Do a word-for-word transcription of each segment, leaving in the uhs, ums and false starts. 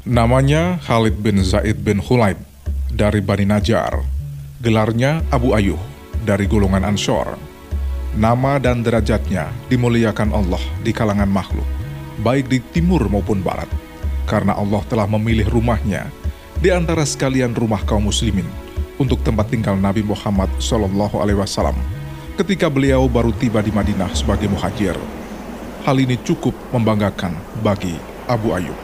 Namanya Khalid bin Zaid bin Khulaib dari Bani Najjar. Gelarnya Abu Ayyub dari golongan Anshor. Nama dan derajatnya dimuliakan Allah di kalangan makhluk, baik di timur maupun barat, karena Allah telah memilih rumahnya di antara sekalian rumah kaum muslimin untuk tempat tinggal Nabi Muhammad shallallahu alaihi wasallam ketika beliau baru tiba di Madinah sebagai muhajir. Hal ini cukup membanggakan bagi Abu Ayyub.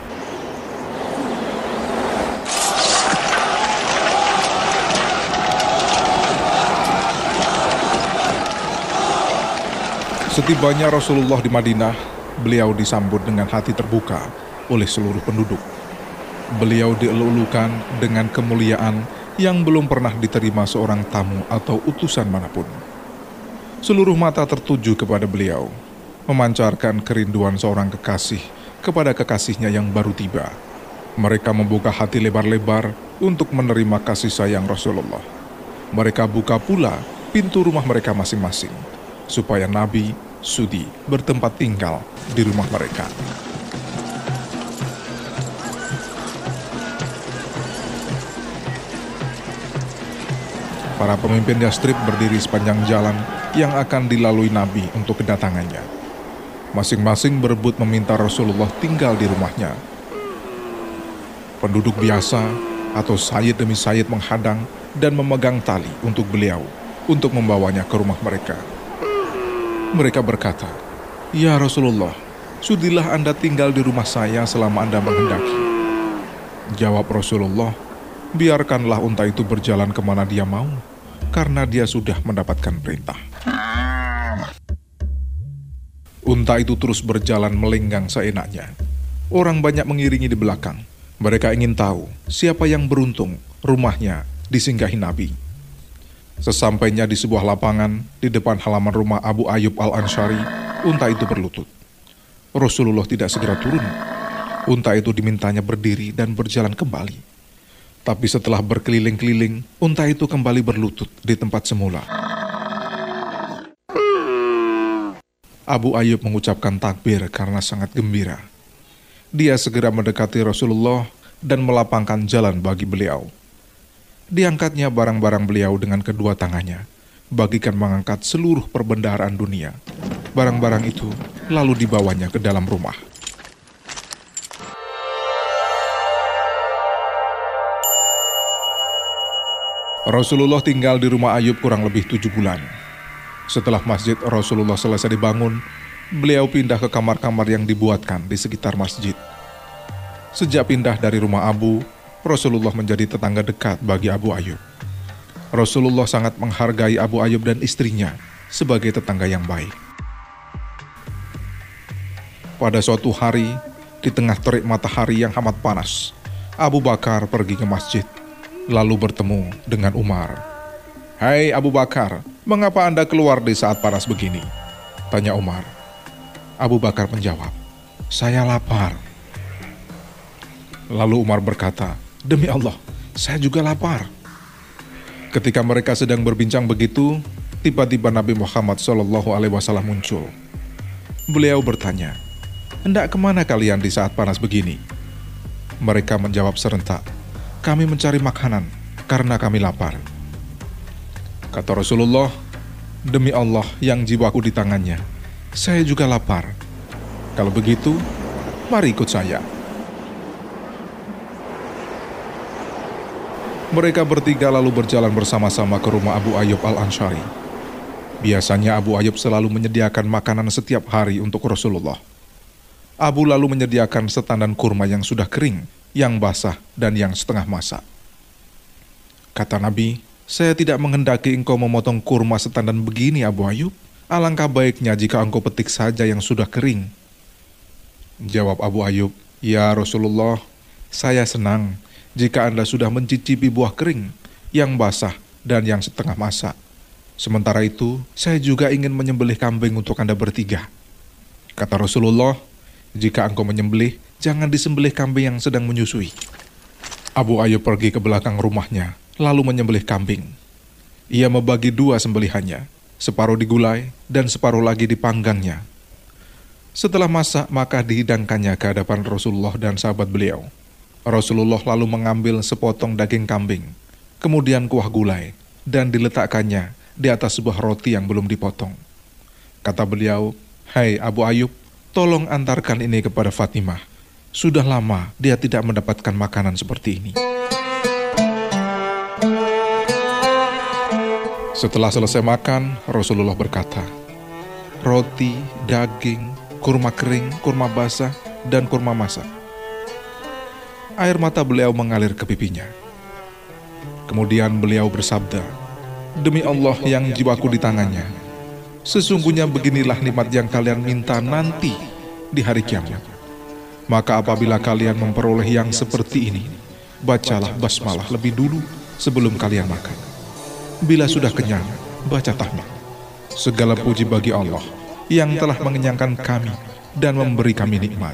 Setibanya Rasulullah di Madinah, beliau disambut dengan hati terbuka oleh seluruh penduduk. Beliau dielulukan dengan kemuliaan yang belum pernah diterima seorang tamu atau utusan manapun. Seluruh mata tertuju kepada beliau, memancarkan kerinduan seorang kekasih kepada kekasihnya yang baru tiba. Mereka membuka hati lebar-lebar untuk menerima kasih sayang Rasulullah. Mereka buka pula pintu rumah mereka masing-masing, supaya Nabi sudi bertempat tinggal di rumah mereka. Para pemimpin Yastrib berdiri sepanjang jalan yang akan dilalui Nabi untuk kedatangannya. Masing-masing berebut meminta Rasulullah tinggal di rumahnya. Penduduk biasa atau sayyid demi sayyid menghadang dan memegang tali untuk beliau untuk membawanya ke rumah mereka. Mereka berkata, "Ya Rasulullah, sudilah Anda tinggal di rumah saya selama Anda menghendaki." Jawab Rasulullah, "Biarkanlah unta itu berjalan kemana dia mau, karena dia sudah mendapatkan perintah." Unta itu terus berjalan melenggang seenaknya. Orang banyak mengiringi di belakang. Mereka ingin tahu siapa yang beruntung rumahnya disinggahi Nabi. Sesampainya di sebuah lapangan di depan halaman rumah Abu Ayyub al-Anshari, unta itu berlutut. Rasulullah tidak segera turun. Unta itu dimintanya berdiri dan berjalan kembali. Tapi setelah berkeliling-keliling, unta itu kembali berlutut di tempat semula. Abu Ayyub mengucapkan takbir karena sangat gembira. Dia segera mendekati Rasulullah dan melapangkan jalan bagi beliau. Diangkatnya barang-barang beliau dengan kedua tangannya, bagikan mengangkat seluruh perbendaharaan dunia. Barang-barang itu lalu dibawanya ke dalam rumah. Rasulullah tinggal di rumah Ayyub kurang lebih tujuh bulan. Setelah masjid Rasulullah selesai dibangun, beliau pindah ke kamar-kamar yang dibuatkan di sekitar masjid. Sejak pindah dari rumah Abu, Rasulullah menjadi tetangga dekat bagi Abu Ayyub. Rasulullah sangat menghargai Abu Ayyub dan istrinya sebagai tetangga yang baik. Pada suatu hari, di tengah terik matahari yang amat panas, Abu Bakar pergi ke masjid, lalu bertemu dengan Umar. "Hai Abu Bakar, mengapa Anda keluar di saat panas begini?" tanya Umar. Abu Bakar menjawab, "Saya lapar." Lalu Umar berkata, "Demi Allah, saya juga lapar." Ketika mereka sedang berbincang begitu, tiba-tiba Nabi Muhammad shallallahu alaihi wasallam muncul. Beliau bertanya, "Hendak kemana kalian di saat panas begini?" Mereka menjawab serentak, "Kami mencari makanan karena kami lapar." Kata Rasulullah, "Demi Allah yang jiwaku di tangannya, saya juga lapar. Kalau begitu, mari ikut saya." Mereka bertiga lalu berjalan bersama-sama ke rumah Abu Ayyub al-Anshari. Biasanya Abu Ayyub selalu menyediakan makanan setiap hari untuk Rasulullah. Abu lalu menyediakan setandan kurma yang sudah kering, yang basah, dan yang setengah masak. Kata Nabi, "Saya tidak menghendaki engkau memotong kurma setandan begini, Abu Ayyub. Alangkah baiknya jika engkau petik saja yang sudah kering." Jawab Abu Ayyub, "Ya Rasulullah, saya senang jika Anda sudah mencicipi buah kering, yang basah, dan yang setengah masak. Sementara itu, saya juga ingin menyembelih kambing untuk Anda bertiga." Kata Rasulullah, "Jika engkau menyembelih, jangan disembelih kambing yang sedang menyusui." Abu Ayyub pergi ke belakang rumahnya, lalu menyembelih kambing. Ia membagi dua sembelihannya, separuh digulai dan separuh lagi dipanggangnya. Setelah masak, maka dihidangkannya ke hadapan Rasulullah dan sahabat beliau. Rasulullah lalu mengambil sepotong daging kambing, kemudian kuah gulai, dan diletakkannya di atas sebuah roti yang belum dipotong. Kata beliau, "Hai Abu Ayyub, tolong antarkan ini kepada Fatimah. Sudah lama dia tidak mendapatkan makanan seperti ini." Setelah selesai makan, Rasulullah berkata, "Roti, daging, kurma kering, kurma basah, dan kurma masak." Air mata beliau mengalir ke pipinya. Kemudian beliau bersabda, "Demi Allah yang jiwaku di tangannya, sesungguhnya beginilah nikmat yang kalian minta nanti di hari kiamat. Maka apabila kalian memperoleh yang seperti ini, bacalah basmalah lebih dulu sebelum kalian makan. Bila sudah kenyang, baca tahmid. Segala puji bagi Allah yang telah mengenyangkan kami dan memberi kami nikmat."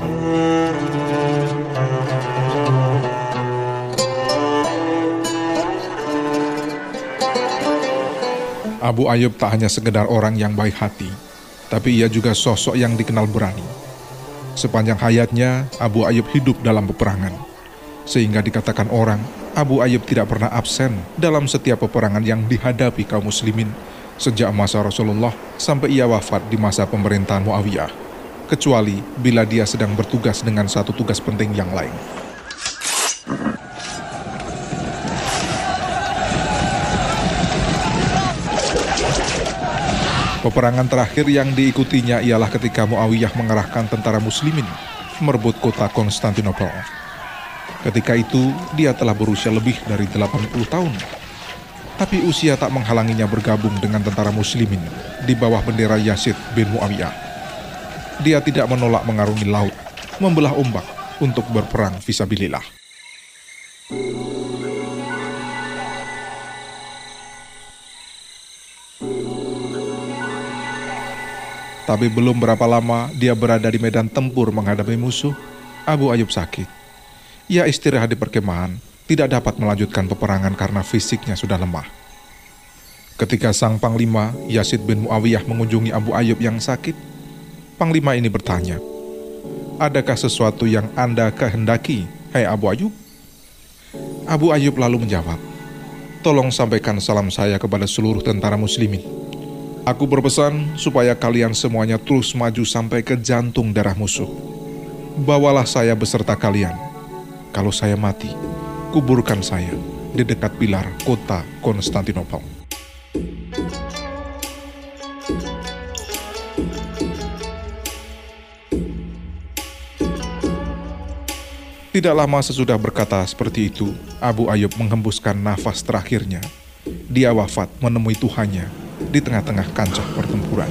Abu Ayyub tak hanya sekedar orang yang baik hati, tapi ia juga sosok yang dikenal berani. Sepanjang hayatnya, Abu Ayyub hidup dalam peperangan, sehingga dikatakan orang, Abu Ayyub tidak pernah absen dalam setiap peperangan yang dihadapi kaum muslimin sejak masa Rasulullah sampai ia wafat di masa pemerintahan Muawiyah, kecuali bila dia sedang bertugas dengan satu tugas penting yang lain. Peperangan terakhir yang diikutinya ialah ketika Muawiyah mengerahkan tentara muslimin merebut kota Konstantinopel. Ketika itu, dia telah berusia lebih dari delapan puluh tahun. Tapi usia tak menghalanginya bergabung dengan tentara muslimin di bawah bendera Yazid bin Muawiyah. Dia tidak menolak mengarungi laut, membelah ombak untuk berperang fisabilillah. Tapi belum berapa lama dia berada di medan tempur menghadapi musuh, Abu Ayyub sakit. Ia istirahat di perkemahan, tidak dapat melanjutkan peperangan karena fisiknya sudah lemah. Ketika sang panglima Yazid bin Muawiyah mengunjungi Abu Ayyub yang sakit, panglima ini bertanya, "Adakah sesuatu yang Anda kehendaki, hai Abu Ayyub?" Abu Ayyub lalu menjawab, "Tolong sampaikan salam saya kepada seluruh tentara muslimin. Aku berpesan supaya kalian semuanya terus maju sampai ke jantung darah musuh. Bawalah saya beserta kalian. Kalau saya mati, kuburkan saya di dekat pilar kota Konstantinopel." Tidak lama sesudah berkata seperti itu, Abu Ayyub menghembuskan nafas terakhirnya. Dia wafat menemui Tuhannya di tengah-tengah kancah pertempuran.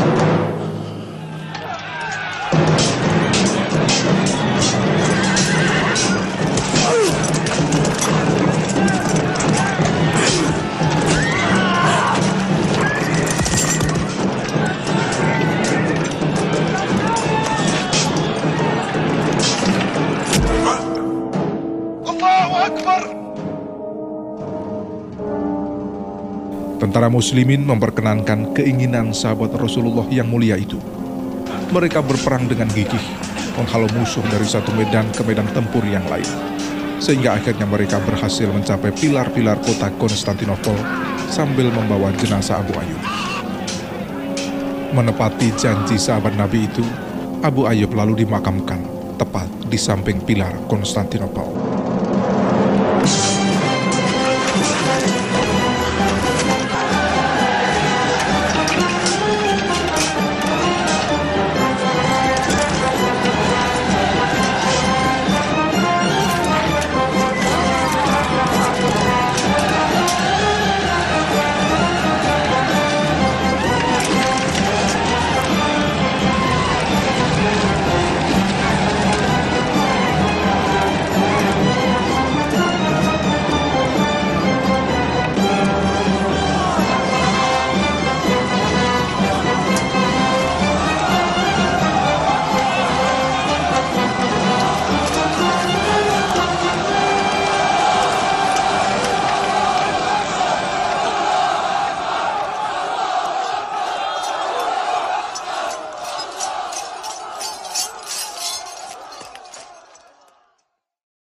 Tentara muslimin memperkenankan keinginan sahabat Rasulullah yang mulia itu. Mereka berperang dengan gigih, menghalau musuh dari satu medan ke medan tempur yang lain, sehingga akhirnya mereka berhasil mencapai pilar-pilar kota Konstantinopel sambil membawa jenazah Abu Ayyub. Menepati janji sahabat Nabi itu, Abu Ayyub lalu dimakamkan tepat di samping pilar Konstantinopel.